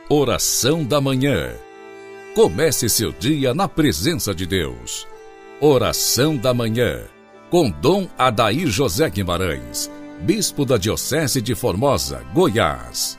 Oração da manhã. Comece seu dia na presença de Deus. Oração da manhã, com Dom Adair José Guimarães, Bispo da Diocese de Formosa, Goiás.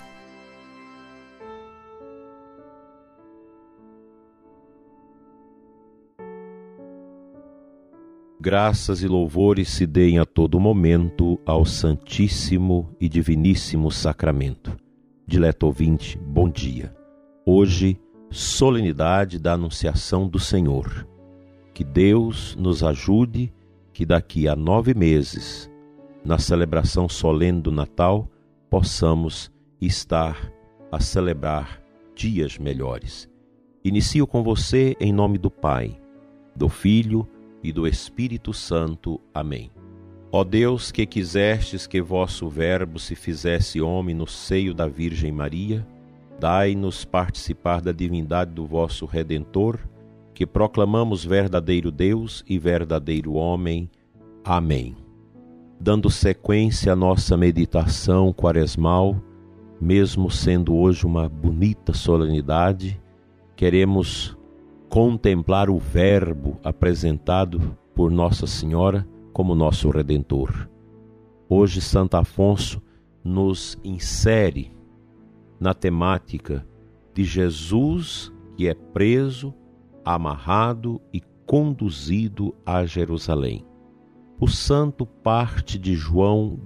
Graças e louvores se deem a todo momento ao Santíssimo e Diviníssimo Sacramento. Dileto ouvinte, bom dia. Hoje, solenidade da Anunciação do Senhor. Que Deus nos ajude, que daqui a 9 meses, na celebração solene do Natal, possamos estar a celebrar dias melhores. Inicio com você em nome do Pai, do Filho e do Espírito Santo. Amém. Ó Deus, que quisestes que vosso Verbo se fizesse homem no seio da Virgem Maria, dai-nos participar da divindade do vosso Redentor, que proclamamos verdadeiro Deus e verdadeiro homem. Amém. Dando sequência à nossa meditação quaresmal, mesmo sendo hoje uma bonita solenidade, queremos contemplar o Verbo apresentado por Nossa Senhora como nosso Redentor. Hoje, Santo Afonso nos insere na temática de Jesus que é preso, amarrado e conduzido a Jerusalém. O santo parte de João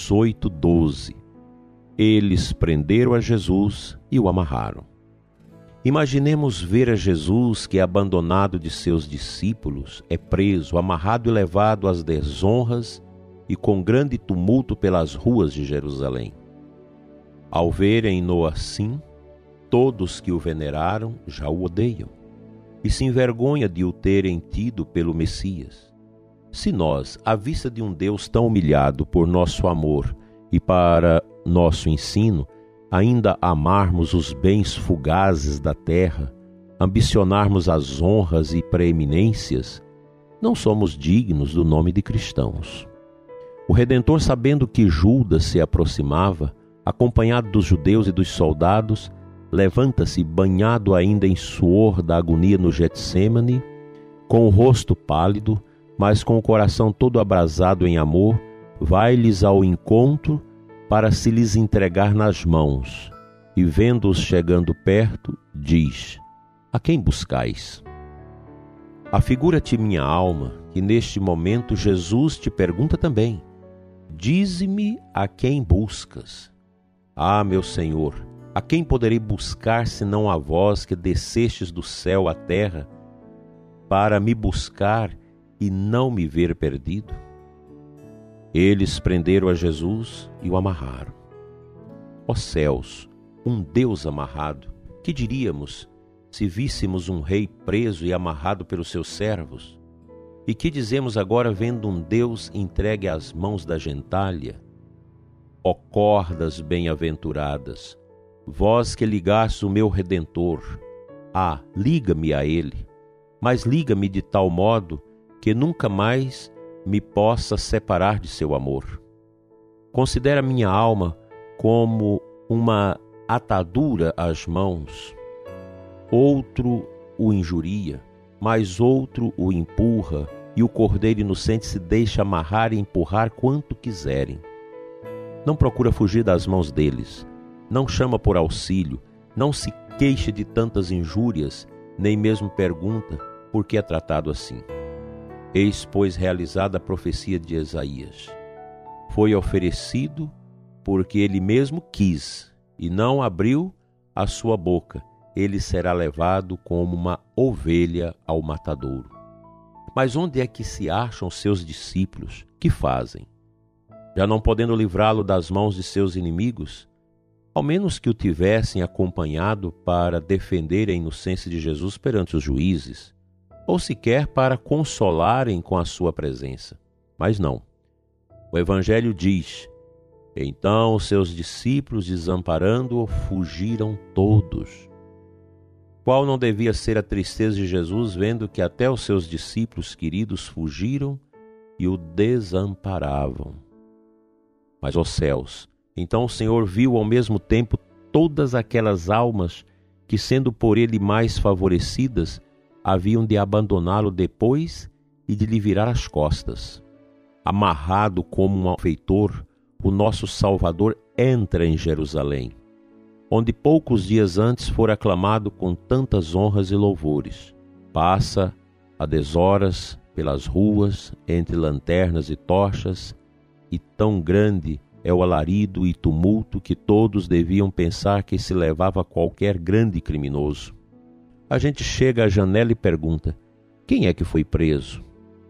18:12. Eles prenderam a Jesus e o amarraram. Imaginemos ver a Jesus que, abandonado de seus discípulos, é preso, amarrado e levado às desonras e com grande tumulto pelas ruas de Jerusalém. Ao verem-no assim, todos que o veneraram já o odeiam e se envergonham de o terem tido pelo Messias. Se nós, à vista de um Deus tão humilhado por nosso amor e para nosso ensino, ainda amarmos os bens fugazes da terra, ambicionarmos as honras e preeminências, não somos dignos do nome de cristãos. O Redentor, sabendo que Judas se aproximava, acompanhado dos judeus e dos soldados, levanta-se banhado ainda em suor da agonia no Getsêmani, com o rosto pálido, mas com o coração todo abrasado em amor, vai-lhes ao encontro para se lhes entregar nas mãos, e vendo-os chegando perto, diz: a quem buscais? Afigura-te, minha alma, que neste momento Jesus te pergunta também: dize-me a quem buscas? Ah, meu Senhor, a quem poderei buscar senão a vós que descestes do céu à terra para me buscar e não me ver perdido? Eles prenderam a Jesus e o amarraram. Ó céus, um Deus amarrado, que diríamos se víssemos um rei preso e amarrado pelos seus servos? E que dizemos agora vendo um Deus entregue às mãos da gentalha? Ó cordas bem-aventuradas, vós que ligastes o meu Redentor, liga-me a ele, mas liga-me de tal modo que nunca mais me possa separar de seu amor. Considera minha alma como uma atadura às mãos. Outro o injuria, mas outro o empurra, e o cordeiro inocente se deixa amarrar e empurrar quanto quiserem. Não procura fugir das mãos deles, não chama por auxílio, não se queixa de tantas injúrias, nem mesmo pergunta por que é tratado assim. Eis, pois, realizada a profecia de Isaías. Foi oferecido porque ele mesmo quis, e não abriu a sua boca. Ele será levado como uma ovelha ao matadouro. Mas onde é que se acham seus discípulos? Que fazem? Já não podendo livrá-lo das mãos de seus inimigos? Ao menos que o tivessem acompanhado para defender a inocência de Jesus perante os juízes, ou sequer para consolarem com a sua presença. Mas não. O Evangelho diz: então os seus discípulos, desamparando-o, fugiram todos. Qual não devia ser a tristeza de Jesus, vendo que até os seus discípulos queridos fugiram e o desamparavam? Mas, ó céus, então o Senhor viu ao mesmo tempo todas aquelas almas que, sendo por ele mais favorecidas, haviam de abandoná-lo depois e de lhe virar as costas. Amarrado como um malfeitor, o nosso Salvador entra em Jerusalém, onde poucos dias antes fora aclamado com tantas honras e louvores. Passa a deshoras pelas ruas, entre lanternas e tochas, e tão grande é o alarido e tumulto que todos deviam pensar que se levava a qualquer grande criminoso. A gente chega à janela e pergunta: quem é que foi preso?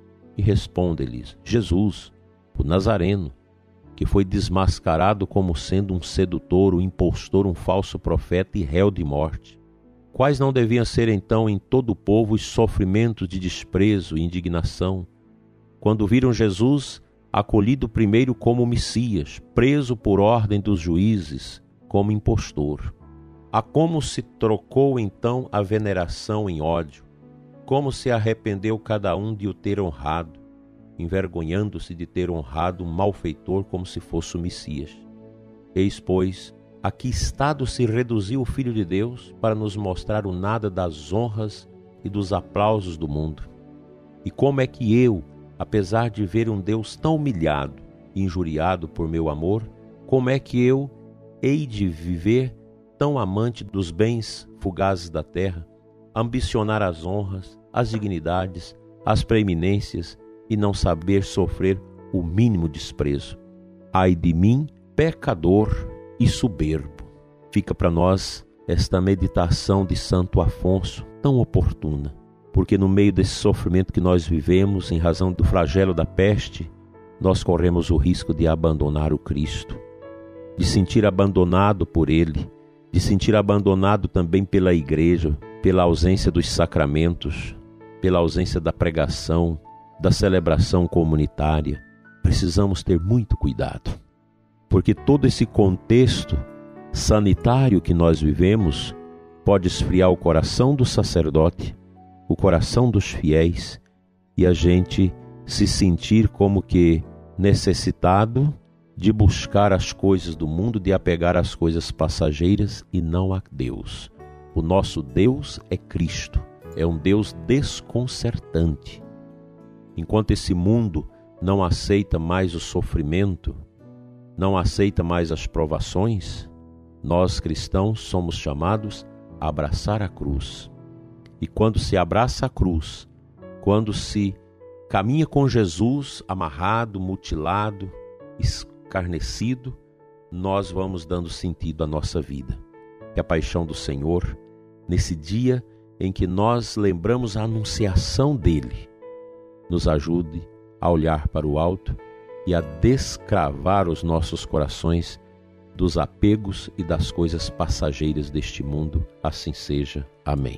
E responde-lhes: Jesus, o Nazareno, que foi desmascarado como sendo um sedutor, um impostor, um falso profeta e réu de morte. Quais não deviam ser então em todo o povo os sofrimentos de desprezo e indignação, quando viram Jesus acolhido primeiro como Messias, preso por ordem dos juízes como impostor. A como se trocou então a veneração em ódio, como se arrependeu cada um de o ter honrado, envergonhando-se de ter honrado um malfeitor como se fosse o Messias. Eis, pois, a que estado se reduziu o Filho de Deus para nos mostrar o nada das honras e dos aplausos do mundo. E como é que eu, apesar de ver um Deus tão humilhado e injuriado por meu amor, como é que eu hei de viver tão amante dos bens fugazes da terra, ambicionar as honras, as dignidades, as preeminências e não saber sofrer o mínimo desprezo? Ai de mim, pecador e soberbo. Fica para nós esta meditação de Santo Afonso tão oportuna, porque no meio desse sofrimento que nós vivemos, em razão do flagelo da peste, nós corremos o risco de abandonar o Cristo, de sentir abandonado por Ele, de sentir abandonado também pela igreja, pela ausência dos sacramentos, pela ausência da pregação, da celebração comunitária. Precisamos ter muito cuidado, porque todo esse contexto sanitário que nós vivemos pode esfriar o coração do sacerdote, o coração dos fiéis, e a gente se sentir como que necessitado de buscar as coisas do mundo, de apegar às coisas passageiras e não a Deus. O nosso Deus é Cristo, é um Deus desconcertante. Enquanto esse mundo não aceita mais o sofrimento, não aceita mais as provações, nós cristãos somos chamados a abraçar a cruz. E quando se abraça a cruz, quando se caminha com Jesus amarrado, mutilado, escarnecido, nós vamos dando sentido à nossa vida. Que a paixão do Senhor, nesse dia em que nós lembramos a anunciação dele, nos ajude a olhar para o alto e a descravar os nossos corações dos apegos e das coisas passageiras deste mundo. Assim seja. Amém.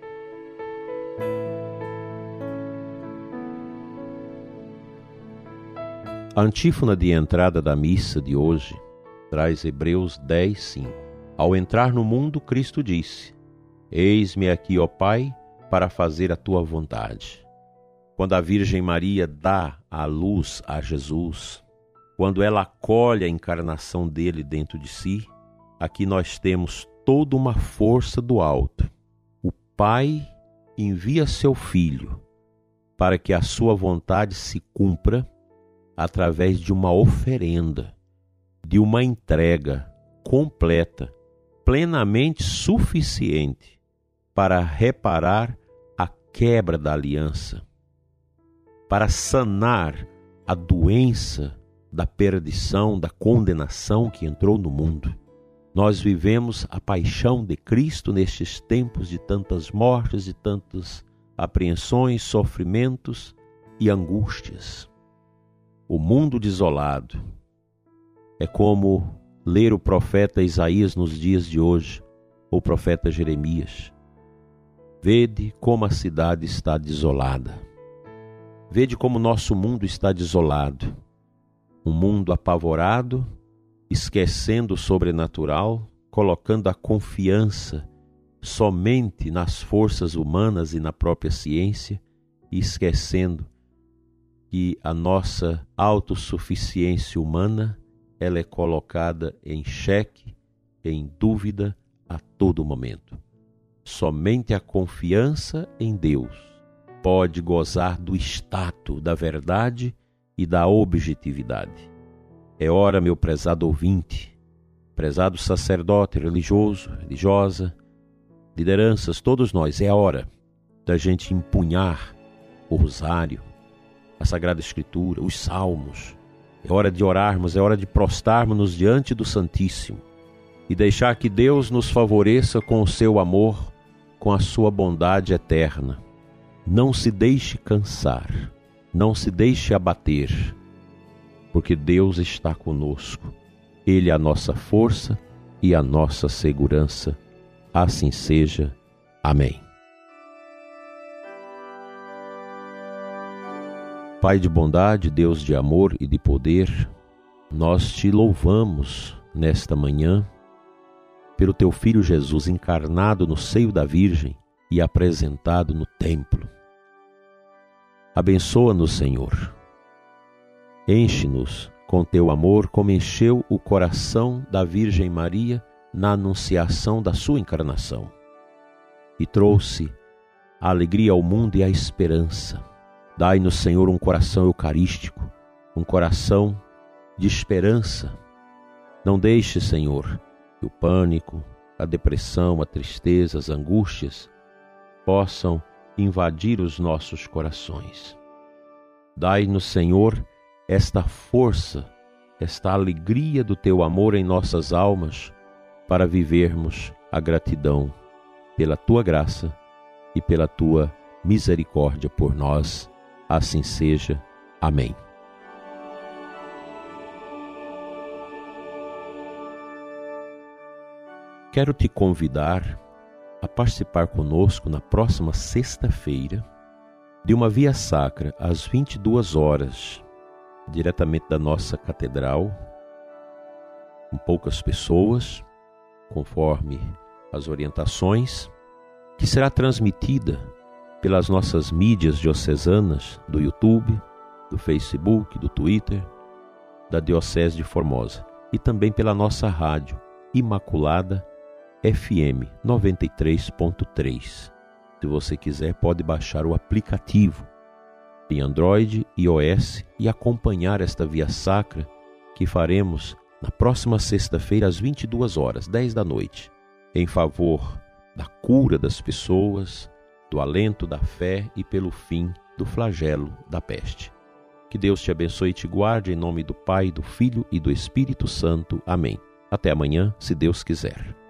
A antífona de entrada da missa de hoje traz Hebreus 10:5. Ao entrar no mundo, Cristo disse: Eis-me aqui, ó Pai, para fazer a tua vontade. Quando a Virgem Maria dá a luz a Jesus, quando ela acolhe a encarnação dele dentro de si, aqui nós temos toda uma força do alto. O Pai envia seu Filho para que a sua vontade se cumpra através de uma oferenda, de uma entrega completa, plenamente suficiente para reparar a quebra da aliança, para sanar a doença da perdição, da condenação que entrou no mundo. Nós vivemos a paixão de Cristo nestes tempos de tantas mortes, de tantas apreensões, sofrimentos e angústias. O mundo desolado é como ler o profeta Isaías nos dias de hoje, ou o profeta Jeremias. Vede como a cidade está desolada. Vede como o nosso mundo está desolado. Um mundo apavorado, esquecendo o sobrenatural, colocando a confiança somente nas forças humanas e na própria ciência, e esquecendo que a nossa autossuficiência humana, ela é colocada em xeque, em dúvida a todo momento. somente a confiança em Deus pode gozar do status da verdade e da objetividade. É hora, meu prezado ouvinte, prezado sacerdote, religioso, religiosa, lideranças, todos nós, é a hora da gente empunhar o rosário, a Sagrada Escritura, os salmos. É hora de orarmos, é hora de prostarmos-nos diante do Santíssimo e deixar que Deus nos favoreça com o seu amor, com a sua bondade eterna. Não se deixe cansar, não se deixe abater, porque Deus está conosco. Ele é a nossa força e a nossa segurança. Assim seja. Amém. Pai de bondade, Deus de amor e de poder, nós te louvamos nesta manhã pelo teu Filho Jesus encarnado no seio da Virgem e apresentado no templo. Abençoa-nos, Senhor. Enche-nos com teu amor como encheu o coração da Virgem Maria na anunciação da sua encarnação e trouxe a alegria ao mundo e a esperança. Dai-nos, Senhor, um coração eucarístico, um coração de esperança. Não deixe, Senhor, que o pânico, a depressão, a tristeza, as angústias possam invadir os nossos corações. Dai-nos, Senhor, esta força, esta alegria do teu amor em nossas almas para vivermos a gratidão pela tua graça e pela tua misericórdia por nós. Assim seja. Amém. Quero te convidar a participar conosco na próxima sexta-feira de uma via sacra às 22 horas, diretamente da nossa catedral, com poucas pessoas, conforme as orientações, que será transmitida pelas nossas mídias diocesanas do YouTube, do Facebook, do Twitter, da Diocese de Formosa e também pela nossa rádio Imaculada FM 93.3. Se você quiser, pode baixar o aplicativo em Android e iOS e acompanhar esta via sacra que faremos na próxima sexta-feira às 22 horas, 10 da noite, em favor da cura das pessoas, do alento da fé e pelo fim do flagelo da peste. Que Deus te abençoe e te guarde em nome do Pai, do Filho e do Espírito Santo. Amém. Até amanhã, se Deus quiser.